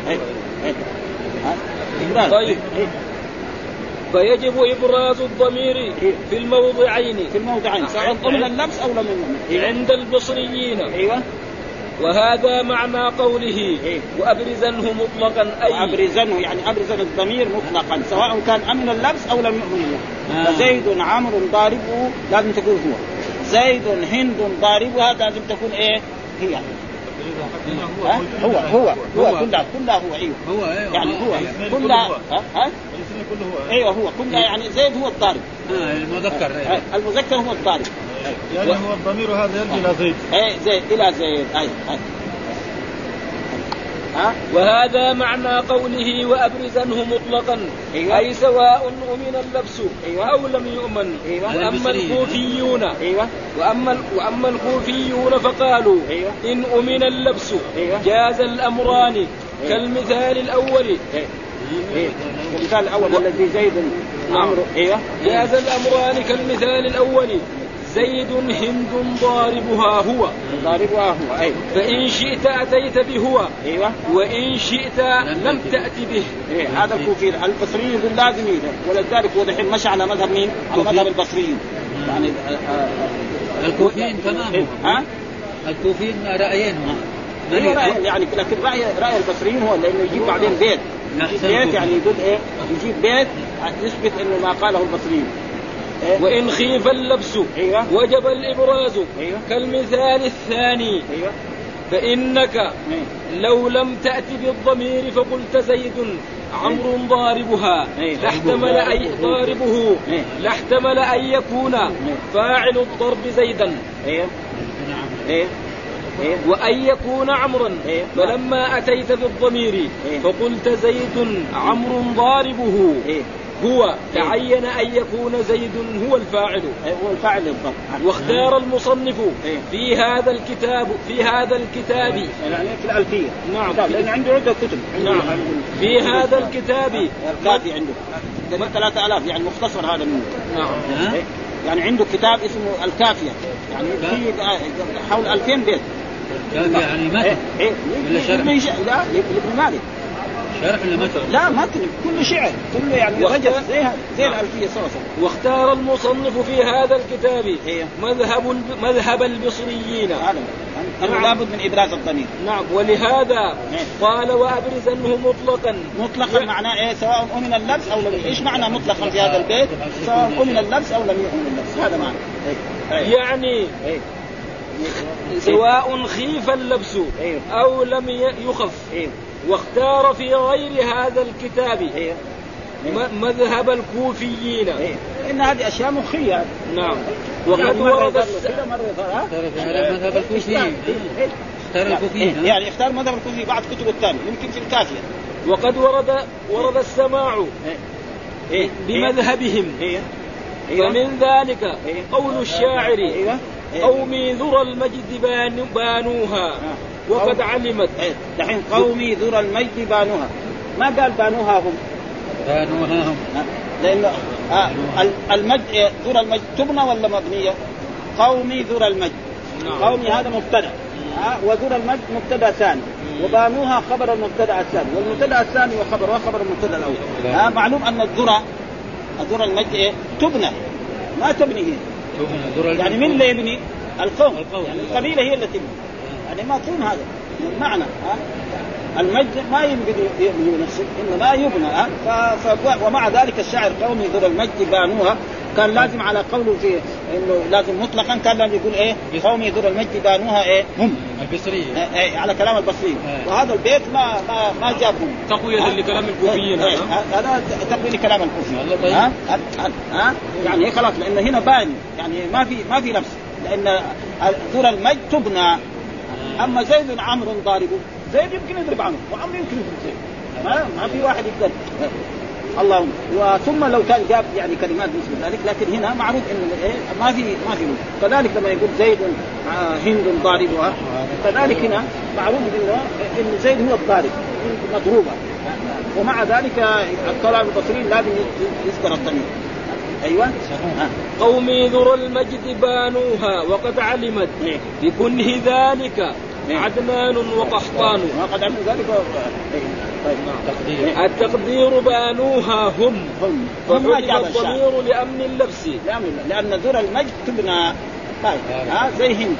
طيب فيجب إبراز الضمير في الموضعين في الموضعين سواء ضمن اللبس أو لم يؤمن عند البصريين. أيوة. وهذا معنى قوله وأبرزنه مطلقا أي أبرزنه يعني أبرزن الضمير مطلقا سواء كان أمن اللبس أو لم يؤمن له. فزيد عمرو ضاربه لازم تكون هو زيد هند ضاربها لازم تكون إيه هي هو هو هو كلها كلها هو ايوه هو يعني هو كلها ها ايوه هو كلها يعني زيد هو الضارب اه المذكر المذكر هو الضارب يعني هو الضمير هذا يرجع الى زيد اي زيد الى زيد اي ها وهذا معنى قوله وأبرزنه مطلقا. أيوة. أي سواء أمن اللبس أيوة. أو لم يؤمن. أيوة. وأما الكوفيون أيوة. وأما وأما الكوفيون فقالوا أيوة. إن أمن اللبس أيوة. جاز الأمران. أيوة. كالمثال الأول أيوة. أيوة. المثال الأول الذي زيد عمرو أيوة. جاز الأمران كالمثال الأول زيد هند ضاربها هو ضاربها هو أيوة. فإن شئت أتيت بهو أيوة. وإن شئت لم تأتي به. إيه هذا الكوفي البصريين يقول لازم يده ولذلك هو دحين مشى على مذهب مين؟ على مذهب البصريين يعني الكوفيين تمام ها الكوفيين رأيين هو رأي يعني لكن رأي رأي البصريين هو لأنه يجيب بعدين بيت يجيب بيت يعني يقول إيه يجيب بيت يثبت إنه ما قاله البصريين. إيه؟ وإن خيف اللبس أيوة. وجب الإبراز. أيوة. كالمثال الثاني. أيوة. فإنك أيوة. لو لم تأتي بالضمير فقلت زيد عمرو ضاربها أيوة. لاحتمل أي ضاربه أيوة. لاحتمل أن يكون أيوة. فاعل الضرب زيدا أيوة. أيوة. إيه؟ وأن يكون عمرا. إيه؟ فلما أتيت بالضمير إيه؟ فقلت زيد عمرو ضاربه. إيه؟ هو تعين أن يكون زيد هو الفاعل. إيه؟ هو الفاعل للضرب. واختار المصنف إيه؟ في هذا الكتاب في هذا الكتاب يعني في الألفية. نعم. لأن عنده عدة كتب. نعم. في هذا الكتاب الكافي عنده ثلاثة آلاف يعني مختصر هذا منه. نعم. إيه؟ يعني عنده كتاب اسمه الكافية يعني في حول ألفين بيت. يعني متن إيه؟ إيه؟ ولا شرح؟ لا لابن مالك شرح ولا متن؟ لا متن كله شعر كله يعني رجل زي زي الألفية صوصا. واختار المصنف في هذا الكتاب إيه؟ مذهب مذهب البصريين. أنه نعم. لابد من إبراز الضمير. نعم. ولهذا قال وأبرزنه مطلقا. مطلقا معناه إيه؟ سواء أمن اللبس أو لم. إيش معنى مطلقا في هذا البيت؟ سواء أمن اللبس أو لم يؤمن اللبس، هذا معنى. إيه. إيه. يعني إيه. سواء خيف اللبس إيه. أو لم يخف. إيه. واختار في غير هذا الكتاب إيه. مذهب الكوفيين. إيه. إن هذه أشياء مخية. نعم. وقد ورد الس... مذهب الكوفيين. اختار الكوفيين. يعني اختار مذهب الكوفي بعد كتب الثاني يمكن في الكافية. وقد ورد ورد السماع إيه. بمذهبهم. إيه. فمن ذلك قول الشاعر إيه. قومي ذر المجد بان بانوها وقد علمت. دحين قومي ذر المجد بانوها، ما قال بانوها هم، بانوها هم، لأنه آه المجد ذر المجد تبنى ولا مبنية؟ قومي ذر المجد. قومي هذا مبتدأ، آه وذر المجد مبتدأ ثاني، وبانوها خبر المبتدأ الثاني، والمبتدأ الثاني وخبر وخبر المبتدأ الأول. آه معلوم أن الذرة ذر المجد إيه؟ تبنى ما تبني هي. يعني من اللي يبني؟ القوم. يعني القبيلة هي اللي تبني. يعني ما تكون هذا المعنى. المجد ما يبني نفسه إنما يبنى. ف... ومع ذلك الشاعر قومي ذر المجد بانوها كان لازم على قوله في إنه لازم مطلقا كان لازم يقول إيه قومي ذر المجد بانوها إيه هم البصريين. إيه على كلام البصريين. وهذا البيت ما ما ما جابهم تقوية لكلام الكوفيين. هذا تقوية لكلام الكوفيين. ها ها يعني خلاص لأن هنا باين يعني ما في ما في نفس، لأن ذر المجد تبنى. أما زيد عمرو ضاربه، زيد يمكن يضرب عمرو وعمرو يمكن يضرب زيد، ما ما في واحد يقدر. اللهم وثم لو كان جاب يعني كلمات مثل ذلك، لكن هنا معروف انه إيه ما في ما في. كذلك لما يقول زيد هند ضاربها، كذلك هنا معروف انه ان زيد هو الضارب مضروبه. ومع ذلك الكلام البصري لازم يذكر الضمير. ايوه قومي ذر المجد بانوها وقد علمت بكنه ذلك عدنان وقحطان. وقد علمت ذلك طيب. التقدير بانوها هم هم فحذف الضمير لأمن اللبس لأن ذر المجد تبنى طيب ها زي هند.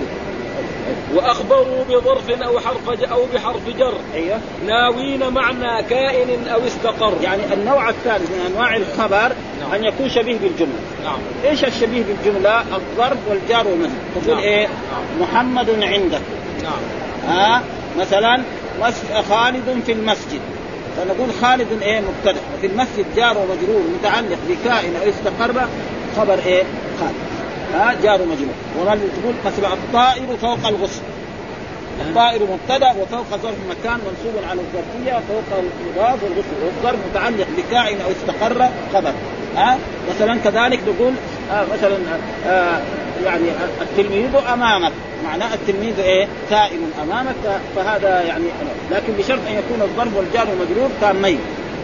وأخبروا بظرف أو حرف أو بحرف جر. أيوة. ناوين معنى كائن أو استقر. يعني النوع الثالث من أنواع الخبر نعم. أن يكون شبيه بالجملة. نعم. إيش الشبيه بالجملة؟ الظرف والجار والمجرور. تقول نعم. إيه نعم. محمد عندك. نعم. ها مثلا خالد في المسجد، فنقول خالد إيه مبتدأ، وفي المسجد جار ومجرور متعلق بكائن أو استقر خبر إيه خالد. ها جار مجرور. وما تقول مثلا الطائر فوق الغصن، الطائر مبتدا وفوق ظرف مكان منصوب على الظرفيه فوق المضاف والغصن، والظرف متعلق بكائن او استقر خبر. ها مثلا كذلك نقول آه مثلا آه يعني التلميذ امامك، معناه التلميذ ايه كائن امامك، فهذا يعني لكن بشرط ان يكون الظرف والجار والمجرور تامين.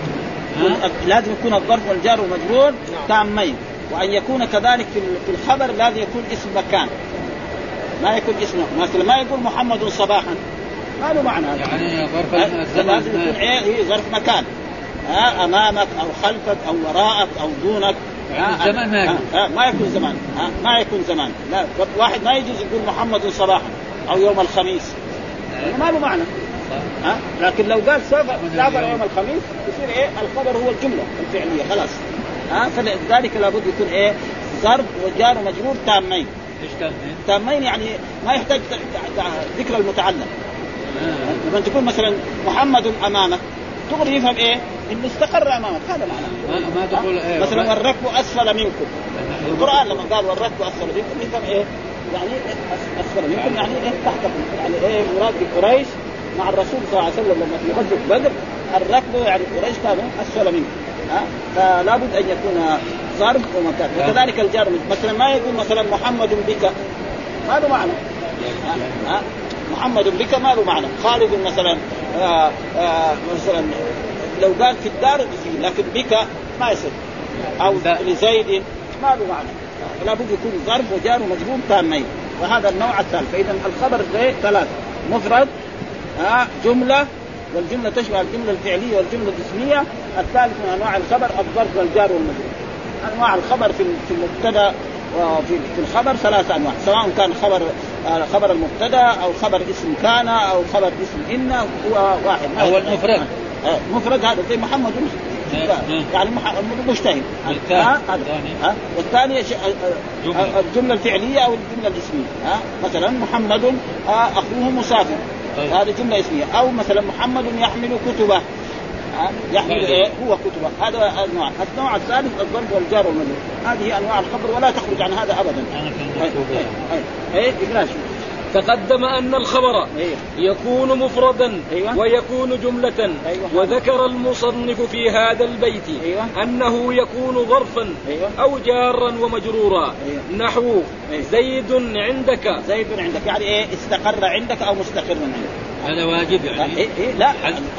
لازم يكون الظرف والجار والمجرور تامين، وأن يكون كذلك في الخبر لازم يكون اسم مكان، ما يكون اسمه مثلا ما يقول محمد صباحا، ما له معنى يعني ظرف الزمان لازم يكون ايه هي ظرف مكان. ها امامك او خلفك او وراءك او دونك. يعني الزمان ما يكون ها ما يكون زمان. ها ما يكون زمان. لا واحد ما يجوز يقول محمد صباحا او يوم الخميس، ما له معنى. ها لكن لو قال سافر سافر يوم الخميس يصير ايه الخبر هو الجمله الفعليه خلاص. ها فلذلك لابد يكون ايه ظرف وجار ومجرور تامين. ايش تامين؟ تامين يعني ما يحتاج ذكر المتعلق. لما تقول مثلا محمد امامك تقدر يفهم ايه انه استقر امامك، هذا معناه. ما تقول ايه مثلا والركب اسفل منكم، القران لما قال والركب اسفل منكم يفهم ايه يعني اسفل منكم يعني ايه تحتكم، يعني ايه مراد بقريش مع الرسول صلى الله عليه وسلم لما في غزوه بدر الركب يعني قريش كانوا اسفل منكم. ها فلا بد ان يكون ظرف ومكان. وكذلك الجار مثلا ما يقول مثلا محمد بك، ما له معنى. ها محمد بك ما له معنى. خالد مثلا آآ آآ مثلا لو قال في الدار فيه، لكن بك ما يصير، او لزيد ما له معنى. فلا بد يكون ظرف وجار ومجرور تامين. وهذا النوع الثالث. فاذا الخبر زي ثلاث: مفرد، ها جمله، والجملة تشمل الجملة الفعلية والجملة الاسمية. الثالث من أنواع الخبر الظرف والجار والمجرور. أنواع الخبر في في المبتدأ وفي في الخبر ثلاثة أنواع، سواء كان خبر خبر المبتدا أو خبر اسم كان أو خبر اسم إن هو واحد. هو المفرد مفرد هذا زي محمد يعني مجتهد. ها ها والثاني الجملة الفعلية أو الجملة الاسمية. ها مثلا محمد أخوه مسافر هذه جملة اسمية. أو مثلا محمد يحمل كتبه يحمل إيه هو كتبه. هذا النوع. النوع الثالث الضرب والجار والمجرور. هذه أنواع الخبر ولا تخرج عن هذا أبدا. إيه إيه تقدم أن الخبر يكون مفردا ويكون جملة. وذكر المصنف في هذا البيت أنه يكون ظرفا أو جارا ومجرورا. نحو زيد عندك. زيد عندك يعني إيه استقر عندك أو مستقر عندك. هذا واجب يعني إيه إيه لا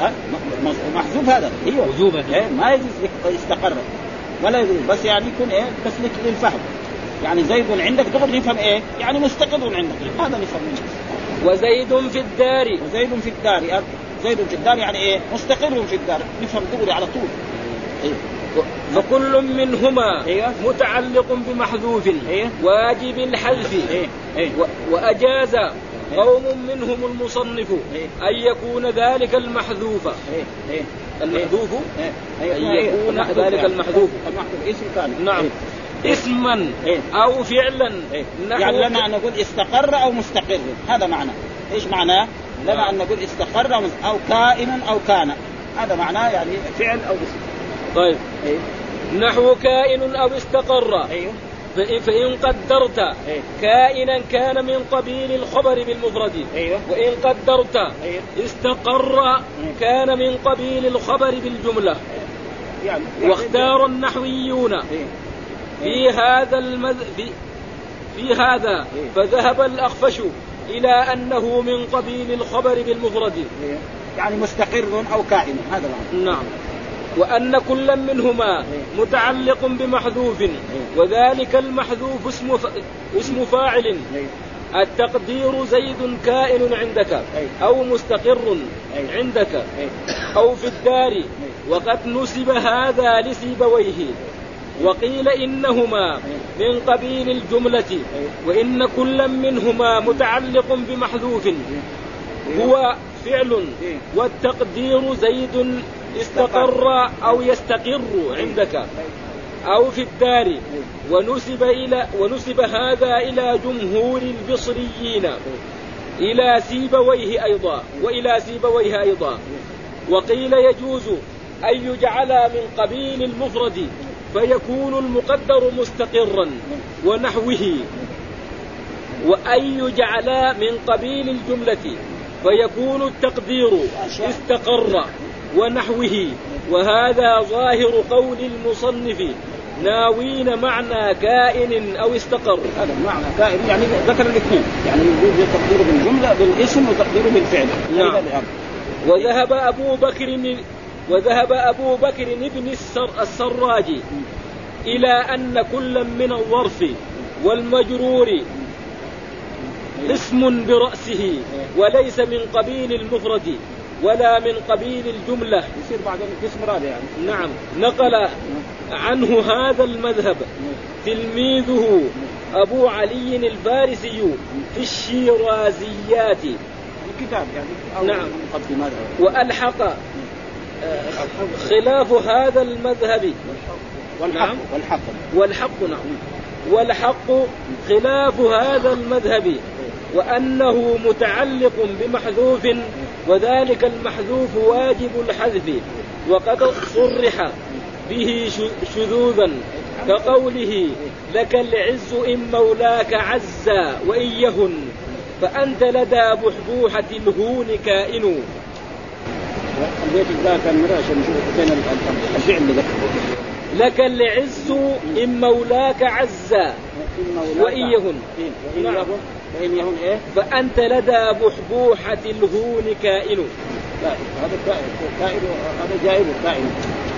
محذوف هذا ايوه وجوبا إيه ما يجوز استقر ولا يجوز بس يعني يكون ايه بس للفهم. يعني زيد عندك دغري نفهم ايه يعني مستقر عندك هذا نفهم منه. وزيد في الدار. وزيد في الدار زيد في الدار يعني ايه مستقر في الدار نفهم دغري على طول. إيه. فكل منهما إيه؟ متعلق بمحذوف إيه؟ واجب الحذف إيه؟ إيه؟ وأجاز قوم منهم المصنف إيه؟ أن يكون ذلك المحذوف إيه؟ إيه؟ المحذوف إيه؟ أن يكون إيه؟ ذلك المحذوف اسم كان نعم إيه؟ اسما إيه؟ أو فعلا إيه؟ يعني لنا أن نقول استقر أو مستقر هذا معنى. إيش معناه؟ لنا أن نقول استقر أو كائن أو كان هذا معناه يعني فعل أو اسم. طيب إيه؟ نحو كائن أو استقر أيوه. فإن قدرت أيوه. كائنا كان من قبيل الخبر بالمفرد أيوه. وإن قدرت أيوه. استقر أيوه. كان من قبيل الخبر بالجملة أيوه. يعني واختار النحويون أيوه. في هذا المذ... في... في هذا أيوه. فذهب الأخفش إلى أنه من قبيل الخبر بالمفرد أيوه. يعني مستقر أو كائن هذا معنى. نعم وأن كل منهما متعلق بمحذوف وذلك المحذوف اسم, ف... اسم فاعل. التقدير زيد كائن عندك أو مستقر عندك أو في الدار. وقد نسب هذا لسيبويه وقيل إنهما من قبيل الجملة وإن كل منهما متعلق بمحذوف هو فعل والتقدير زيد استقر أو يستقر عندك أو في الدار. ونسب إلى ونسب هذا إلى جمهور البصريين إلى سيبويه أيضا وإلى سيبويه أيضا. وقيل يجوز أن يجعل من قبيل المفرد فيكون المقدر مستقرا ونحوه وأن يجعل من قبيل الجملة فيكون التقدير استقر ونحوه. وهذا ظاهر قول المصنف ناوين معنى كائن أو استقر. هذا معنى كائن يعني ذكر الاثنين يعني يجوز تقديره بالجملة بالاسم وتقديره بالفعل. نعم. وذهب أبو بكر وذهب أبو بكر ابن السر السراج إلى أن كل من الظرف والمجرور اسم برأسه وليس من قبيل المفرد ولا من قبيل الجملة يصير بعدين اسم رابع يعني. نعم نقل عنه هذا المذهب تلميذه أبو علي الفارسي في الشيرازيات الكتاب يعني. نعم وألحق خلاف هذا المذهب والحق نعم. والحق والحق نعم والحق خلاف هذا المذهب وأنه متعلق بمحذوف وذلك المحذوف واجب الحذف وقد صرح به شذوذا كقوله لك العز إن مولاك عزا وإن يهن فأنت لدى بحبوحة الهون كائن. البيت ذا كان مراشا نشوف بين الفعل اللي لك العز إن مولاك عزا وإن يهن وإن يهن إيه فأنت لدى بحبوحة الهون كائن. لا هذا كائن كائن هذا جائر كائن.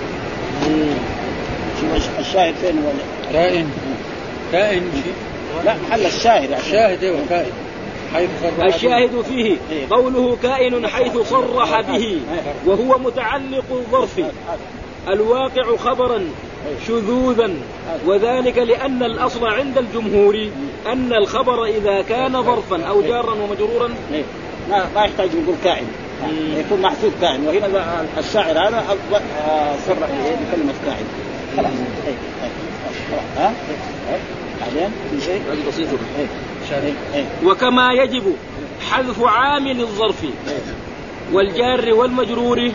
شو الشاهد فين ولا كائن كائن شيء لا محل الشاهد الشاهد هو كائن حيث الشاهد فيه قوله كائن حيث صرح به وهو متعلق الظرف الواقع خبرا شذوذا، وذلك لأن الأصل عند الجمهور أن الخبر إذا كان ظرفا أو جارا ومجرورا ما ما يحتاج نقول كائن، يكون محذوف كائن. وهنا الشاعر هذا صرح بكلمة كائن خلاص. ها بعدين في شيء بسيط. وكما يجب حذف عامل الظرف والجار والمجرور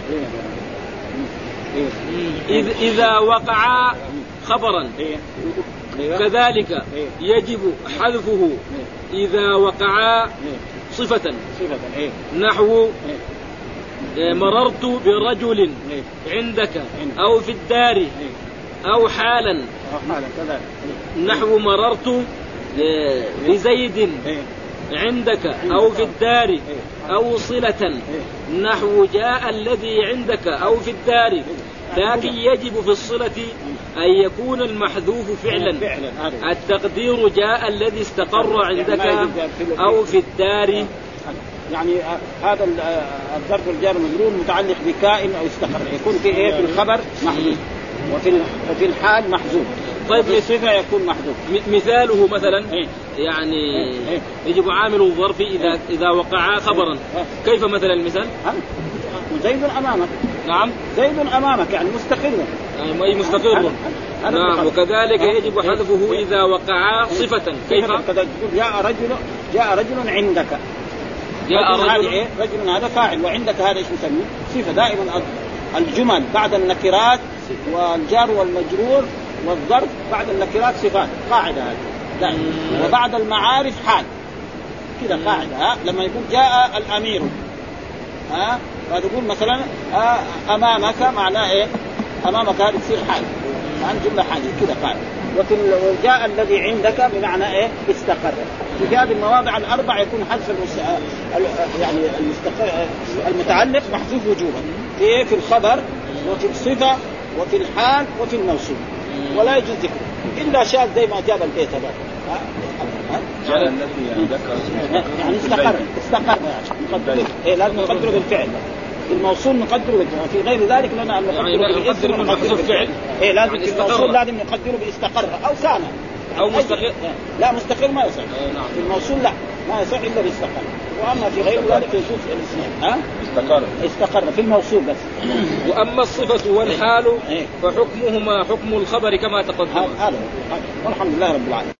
إذا وقع خبرا، كذلك يجب حذفه إذا وقع صفة، نحو مررت برجل عندك أو في الدار، أو حالا نحو مررت بزيد عندك أو في الدار، أو صلة نحو جاء الذي عندك أو في الدار. لكن يجب في الصلة أن يكون المحذوف فعلا، التقدير جاء الذي استقر عندك أو في الدار. يعني هذا الظرف الجار مجرور متعلق بكائن أو استقر، يكون في إيه؟ في الخبر محذوف، وفي وفي الحال محذوف. طيب في صفة يكون محذوف. مثاله مثلا يعني يجب عامل الظرف إذا إذا وقع خبرا. كيف مثلا المثال؟ زيد أمامك. نعم زيد أمامك يعني مستقر، أي مستقر. نعم. وكذلك يجب حذفه إذا وقع صفة. كيف؟ كذلك تقول جاء رجل جاء رجل عندك، جاء رجل إيه؟ رجل هذا فاعل، وعندك هذا ايش نسميه؟ صفة. دائما الجمل بعد النكرات والجار والمجرور والظرف بعد النكرات صفات، قاعدة هذه دائما. وبعد المعارف حال، كذا قاعدة. ها لما يقول جاء الأمير، ها فتقول مثلا أمامك معناه إيه؟ أمامك هذه تصير حال، عن جملة حالية كذا قاعدة. وجاء الذي عندك بمعنى إيه؟ استقر. في هذه المواضع الأربع يكون حذف المس... يعني المستقر المتعلق محذوف وجوبا، في في الخبر وفي الصفة وفي الحال وفي الموصول، ولا يجوز ذكره إلا شاذ زي ما جاب البيت هذا. يعني استقر استقر نقدره إيه لازم نقدره بالفعل، الموصول نقدره بالفعل، في غير ذلك لنا نقدره بالاسم محذوف فعل. إيه لازم في الموصول لازم نقدره باستقر أو كان أو مستقر. لا مستقر ما يصح. في الموصول لا ما يصح إلا باستقر، وأما في غير ذلك يجوز الاثنين. ها استقر استقر في الموصول بس. وأما الصفة والحال فحكمهما حكم الخبر كما تقدم. هذا والحمد لله رب العالمين.